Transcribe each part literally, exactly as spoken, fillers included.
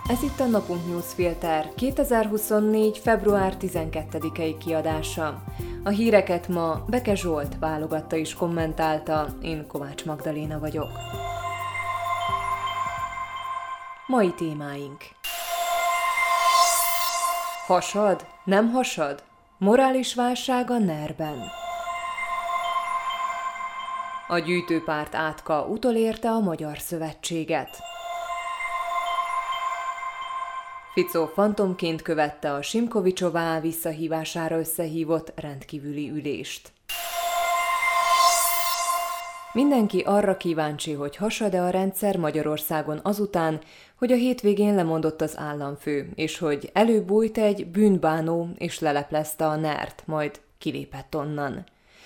Ez itt a Napunk Newsfilter kétezer-huszonnégy. február tizenkettedikei kiadása. A híreket ma Beke Zsolt válogatta és kommentálta, én Kovács Magdaléna vagyok. Mai témáink. Hasad? Nem hasad? Morális válság a nerben. A gyűjtőpárt átka utolérte a Magyar Szövetséget. Fico fantomként követte a Simkovicsová visszahívására összehívott rendkívüli ülést. Mindenki arra kíváncsi, hogy hasad-e a rendszer Magyarországon azután, hogy a hétvégén lemondott az államfő, és hogy előbújt egy bűnbánó és leleplezte a nert, majd kilépett onnan.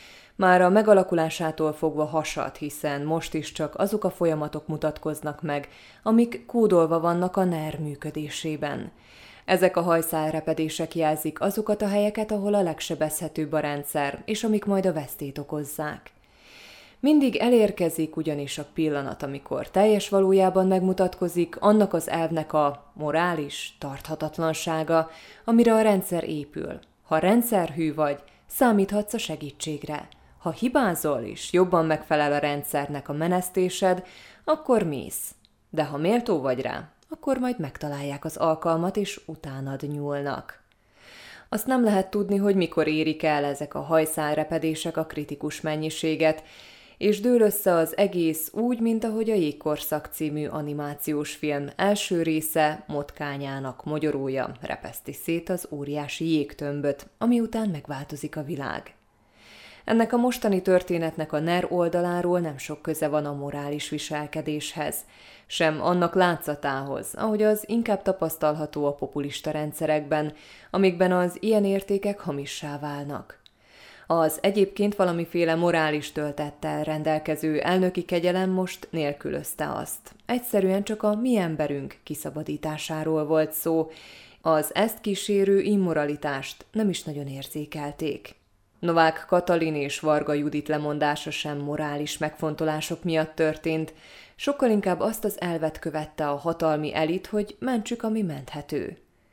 Már a megalakulásától fogva hasad, hiszen most is csak azok a folyamatok mutatkoznak meg, amik kódolva vannak a NER működésében. Ezek a hajszálrepedések jelzik azokat a helyeket, ahol a legsebezhetőbb a rendszer, és amik majd a vesztét okozzák. Mindig elérkezik ugyanis a pillanat, amikor teljes valójában megmutatkozik annak az elvnek a morális tarthatatlansága, amire a rendszer épül. Ha rendszerhű vagy, számíthatsz a segítségre. Ha hibázol is, jobban megfelel a rendszernek a menesztésed, akkor mész. De ha méltó vagy rá, akkor majd megtalálják az alkalmat, és utánad nyúlnak. Azt nem lehet tudni, hogy mikor érik el ezek a hajszálrepedések a kritikus mennyiséget, és dől össze az egész úgy, mint ahogy a Jégkorszak című animációs film első része Motkányának mogyorója repeszti szét az óriási jégtömböt, ami után megváltozik a világ. Ennek a mostani történetnek a NER oldaláról nem sok köze van a morális viselkedéshez, sem annak látszatához, ahogy az inkább tapasztalható a populista rendszerekben, amikben az ilyen értékek hamissá válnak. Az egyébként valamiféle morális töltettel rendelkező elnöki kegyelem most nélkülözte azt. Egyszerűen csak a mi emberünk kiszabadításáról volt szó, az ezt kísérő immoralitást nem is nagyon érzékelték. Novák Katalin és Varga Judit lemondása sem morális megfontolások miatt történt, sokkal inkább azt az elvet követte a hatalmi elit, hogy mentsük, ami menthető.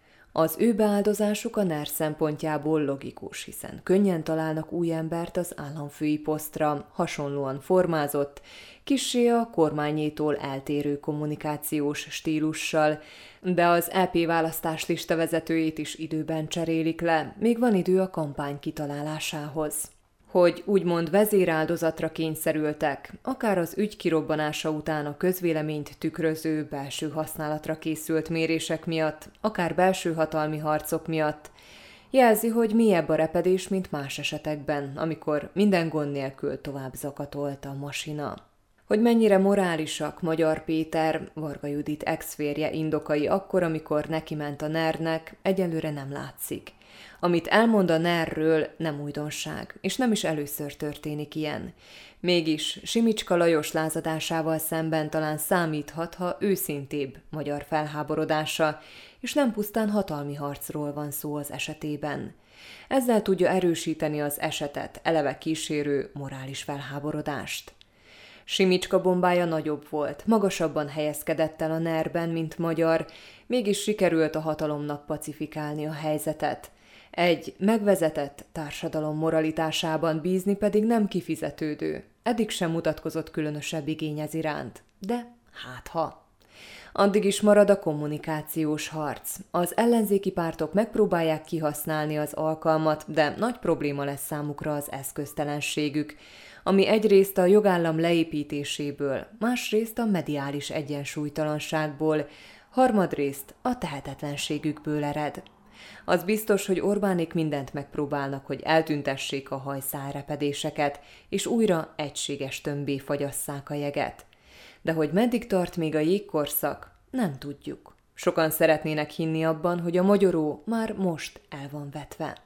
Az ő beáldozásuk a NER szempontjából logikus, hiszen könnyen találnak új embert az államfői posztra, hasonlóan formázott, kissé a kormányétól eltérő kommunikációs stílussal, de az é pé választáslista vezetőjét is időben cserélik le, még van idő a kampány kitalálásához. Hogy úgymond vezéráldozatra kényszerültek, akár az ügy kirobbanása után a közvéleményt tükröző belső használatra készült mérések miatt, akár belső hatalmi harcok miatt, jelzi, hogy mélyebb a repedés, mint más esetekben, amikor minden gond nélkül tovább zakatolt a masina. Hogy mennyire morálisak Magyar Péter, Varga Judit ex-férje indokai akkor, amikor nekiment a NER-nek, egyelőre nem látszik. Amit elmond a NER-ről, nem újdonság, és nem is először történik ilyen. Mégis Simicska Lajos lázadásával szemben talán számíthat, ha őszintébb magyar felháborodása, és nem pusztán hatalmi harcról van szó az esetében. Ezzel tudja erősíteni az esetet, eleve kísérő morális felháborodást. Simicska bombája nagyobb volt, magasabban helyezkedett el a NER-ben, mint Magyar, mégis sikerült a hatalomnak pacifikálni a helyzetet. Egy megvezetett társadalom moralitásában bízni pedig nem kifizetődő. Eddig sem mutatkozott különösebb igény ez iránt. De hát ha. Addig is marad a kommunikációs harc. Az ellenzéki pártok megpróbálják kihasználni az alkalmat, de nagy probléma lesz számukra az eszköztelenségük, ami egyrészt a jogállam leépítéséből, másrészt a mediális egyensúlytalanságból, harmadrészt a tehetetlenségükből ered. Az biztos, hogy Orbánék mindent megpróbálnak, hogy eltüntessék a hajszálrepedéseket, és újra egységes tömbbé fagyasszák a jeget. De hogy meddig tart még a jégkorszak, nem tudjuk. Sokan szeretnének hinni abban, hogy a mogyoró már most el van vetve.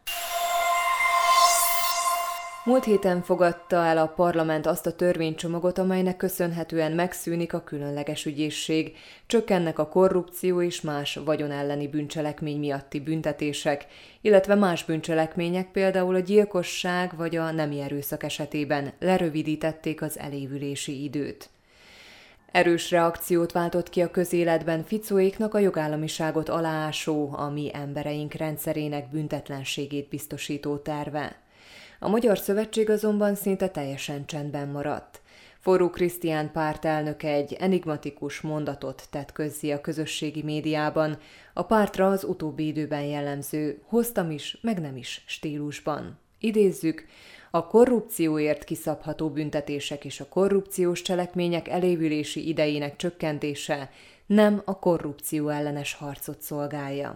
Múlt héten fogadta el a parlament azt a törvénycsomagot, amelynek köszönhetően megszűnik a különleges ügyészség, csökkennek a korrupció és más vagyonelleni bűncselekmény miatti büntetések, illetve más bűncselekmények, például a gyilkosság vagy a nemi erőszak esetében lerövidítették az elévülési időt. Erős reakciót váltott ki a közéletben Ficóéknak a jogállamiságot aláásó, a mi embereink rendszerének büntetlenségét biztosító terve. A Magyar Szövetség azonban szinte teljesen csendben maradt. Forró Krisztián pártelnöke egy enigmatikus mondatot tett közzé a közösségi médiában, a pártra az utóbbi időben jellemző hoztam is, meg nem is stílusban. Idézzük, a korrupcióért kiszabható büntetések és a korrupciós cselekmények elévülési idejének csökkentése nem a korrupció ellenes harcot szolgálja.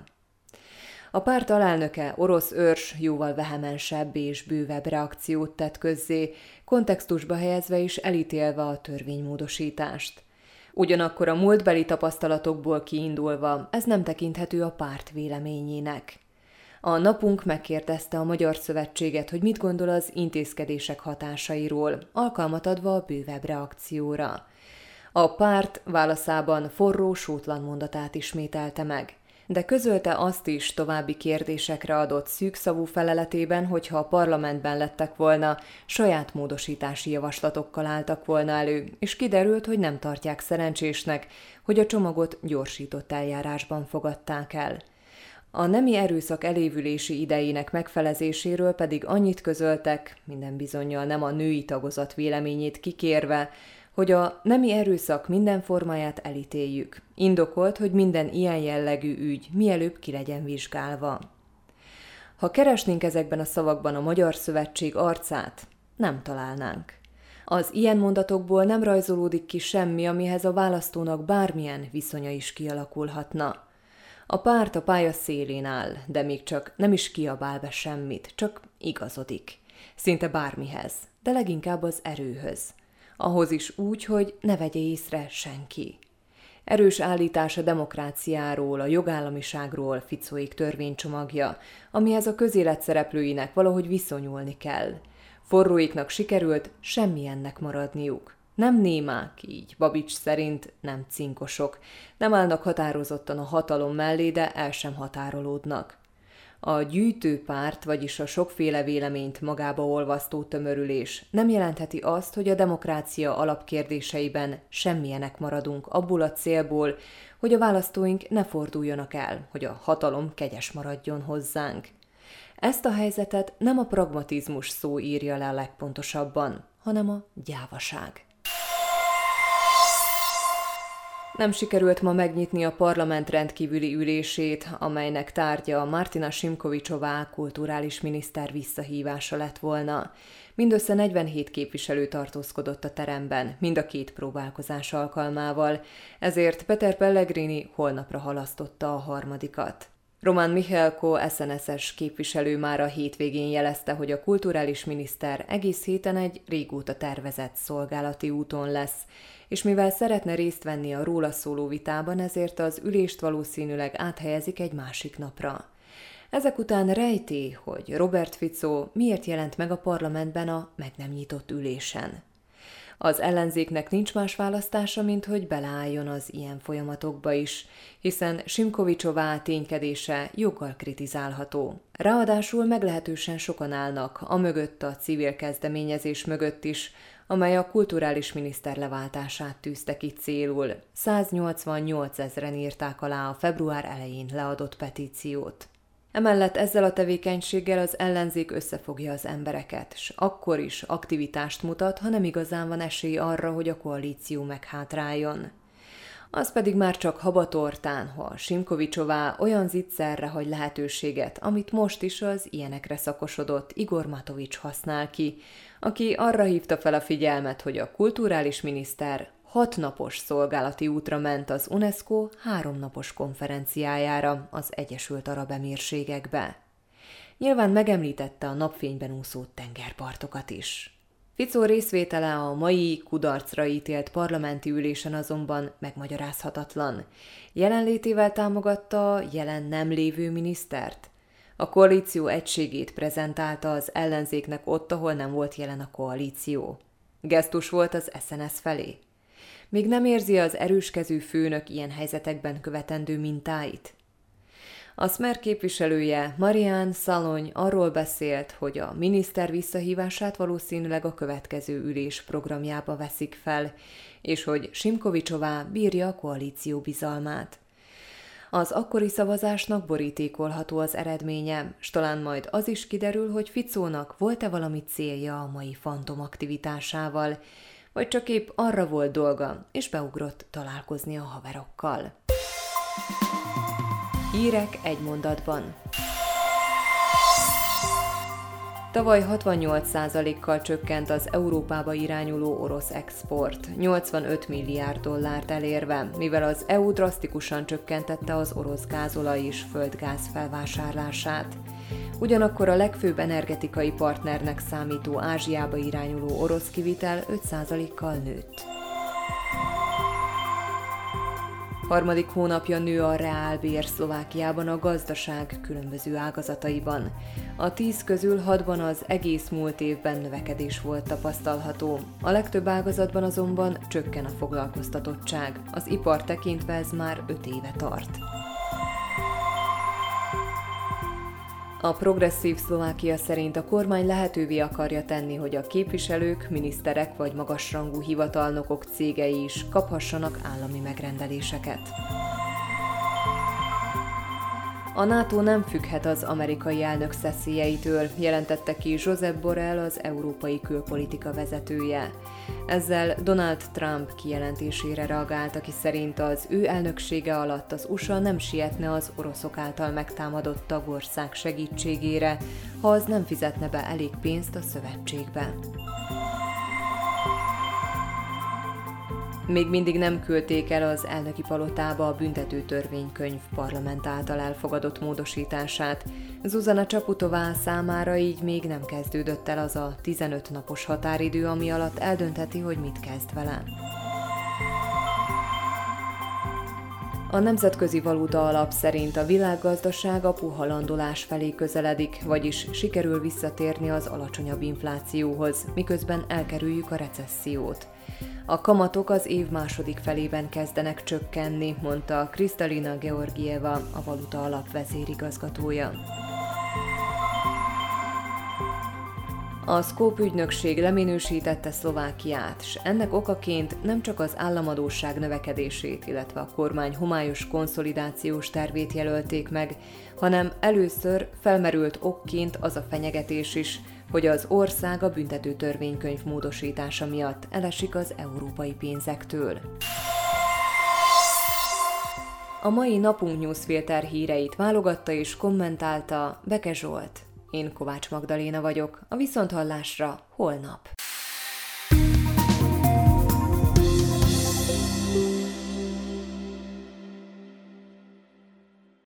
A párt alelnöke, Orosz Őrs jóval vehemensebb és bővebb reakciót tett közzé, kontextusba helyezve is elítélve a törvénymódosítást. Ugyanakkor a múltbeli tapasztalatokból kiindulva ez nem tekinthető a párt véleményének. A napunk megkérdezte a Magyar Szövetséget, hogy mit gondol az intézkedések hatásairól, alkalmat adva a bővebb reakcióra. A párt válaszában forró, sótlan mondatát ismételte meg, de közölte azt is további kérdésekre adott szűkszavú feleletében, hogyha a parlamentben lettek volna, saját módosítási javaslatokkal álltak volna elő, és kiderült, hogy nem tartják szerencsésnek, hogy a csomagot gyorsított eljárásban fogadták el. A nemi erőszak elévülési idejének megfelezéséről pedig annyit közöltek, minden bizonnyal nem a női tagozat véleményét kikérve, hogy a nemi erőszak minden formáját elítéljük. Indokolt, hogy minden ilyen jellegű ügy mielőbb ki legyen vizsgálva. Ha keresnénk ezekben a szavakban a Magyar Szövetség arcát, nem találnánk. Az ilyen mondatokból nem rajzolódik ki semmi, amihez a választónak bármilyen viszonya is kialakulhatna. A párt a pálya szélén áll, de még csak nem is kiabál be semmit, csak igazodik. Szinte bármihez, de leginkább az erőhöz. Ahhoz is úgy, hogy ne vegye észre senki. Erős állítás a demokráciáról, a jogállamiságról Ficóék törvénycsomagja, amihez a közélet szereplőinek valahogy viszonyulni kell. Forróiknak sikerült semmilyennek maradniuk. Nem némák így, Babics szerint nem cinkosok, nem állnak határozottan a hatalom mellé, de el sem határolódnak. A gyűjtőpárt, vagyis a sokféle véleményt magába olvasztó tömörülés nem jelentheti azt, hogy a demokrácia alapkérdéseiben semmilyenek maradunk abból a célból, hogy a választóink ne forduljanak el, hogy a hatalom kegyes maradjon hozzánk. Ezt a helyzetet nem a pragmatizmus szó írja le a legpontosabban, hanem a gyávaság. Nem sikerült ma megnyitni a parlament rendkívüli ülését, amelynek tárgya Martina Simkovicsová kulturális miniszter visszahívása lett volna. Mindössze negyvenhét képviselő tartózkodott a teremben, mind a két próbálkozás alkalmával, ezért Peter Pellegrini holnapra halasztotta a harmadikat. Roman Mihalko es en es-es képviselő már a hétvégén jelezte, hogy a kulturális miniszter egész héten egy régóta tervezett szolgálati úton lesz, és mivel szeretne részt venni a róla szóló vitában, ezért az ülést valószínűleg áthelyezik egy másik napra. Ezek után rejti, hogy Robert Fico miért jelent meg a parlamentben a meg nem nyitott ülésen. Az ellenzéknek nincs más választása, mint hogy beleálljon az ilyen folyamatokba is, hiszen Simkovicsová ténykedése joggal kritizálható. Ráadásul meglehetősen sokan állnak a mögött, a civil kezdeményezés mögött is, amely a kulturális miniszter leváltását tűzte ki célul. száznyolcvannyolc ezren írták alá a február elején leadott petíciót. Emellett ezzel a tevékenységgel az ellenzék összefogja az embereket, s akkor is aktivitást mutat, ha nem igazán van esély arra, hogy a koalíció meghátráljon. Az pedig már csak habatortán, ha Simkovicsová olyan zicserre hagy lehetőséget, amit most is az ilyenekre szakosodott Igor Matovics használ ki, aki arra hívta fel a figyelmet, hogy a kulturális miniszter hatnapos szolgálati útra ment az UNESCO háromnapos konferenciájára az Egyesült Arab Emírségekbe. Nyilván megemlítette a napfényben úszó tengerpartokat is. Fico részvétele a mai kudarcra ítélt parlamenti ülésen azonban megmagyarázhatatlan. Jelenlétével támogatta jelen nem lévő minisztert. A koalíció egységét prezentálta az ellenzéknek ott, ahol nem volt jelen a koalíció. Gesztus volt az es en es felé. Még nem érzi az erőskezű főnök ilyen helyzetekben követendő mintáit? A Smer képviselője Marian Szalony arról beszélt, hogy a miniszter visszahívását valószínűleg a következő ülés programjába veszik fel, és hogy Simkovicsová bírja a koalíció bizalmát. Az akkori szavazásnak borítékolható az eredménye, s talán majd az is kiderül, hogy Ficónak volt-e valami célja a mai fantom aktivitásával, vagy csak épp arra volt dolga, és beugrott találkozni a haverokkal. Hírek egy mondatban. Tavaly hatvannyolc százalékkal csökkent az Európába irányuló orosz export, nyolcvanöt milliárd dollárt elérve, mivel az é u drasztikusan csökkentette az orosz gázolaj és földgáz felvásárlását. Ugyanakkor a legfőbb energetikai partnernek számító Ázsiába irányuló orosz kivitel öt százalékkal nőtt. Harmadik hónapja nő a reálbér Szlovákiában a gazdaság különböző ágazataiban. A tíz közül hatban az egész múlt évben növekedés volt tapasztalható. A legtöbb ágazatban azonban csökken a foglalkoztatottság. Az ipar tekintve ez már öt éve tart. A Progresszív Szlovákia szerint a kormány lehetővé akarja tenni, hogy a képviselők, miniszterek vagy magasrangú hivatalnokok cégei is kaphassanak állami megrendeléseket. A NATO nem függhet az amerikai elnök szeszélyeitől, jelentette ki Josep Borrell, az európai külpolitika vezetője. Ezzel Donald Trump kijelentésére reagált, aki szerint az ő elnöksége alatt az u es á nem sietne az oroszok által megtámadott tagország segítségére, ha az nem fizetne be elég pénzt a szövetségbe. Még mindig nem küldték el az elnöki palotába a büntető törvénykönyv parlament által elfogadott módosítását. Zuzana Csaputová számára így még nem kezdődött el az a tizenöt napos határidő, ami alatt eldöntheti, hogy mit kezd vele. A Nemzetközi Valuta Alap szerint a világgazdaság a puha landolás felé közeledik, vagyis sikerül visszatérni az alacsonyabb inflációhoz, miközben elkerüljük a recessziót. A kamatok az év második felében kezdenek csökkenni, mondta Kristalina Georgieva, a Valuta Alap vezérigazgatója. A Scope ügynökség leminősítette Szlovákiát, s ennek okaként nem csak az államadósság növekedését, illetve a kormány homályos konszolidációs tervét jelölték meg, hanem először felmerült okként az a fenyegetés is, hogy az ország a büntető törvénykönyv módosítása miatt elesik az európai pénzektől. A mai Napunk Newsfilter híreit válogatta és kommentálta Beke Zsolt. Én Kovács Magdaléna vagyok, a viszonthallásra holnap.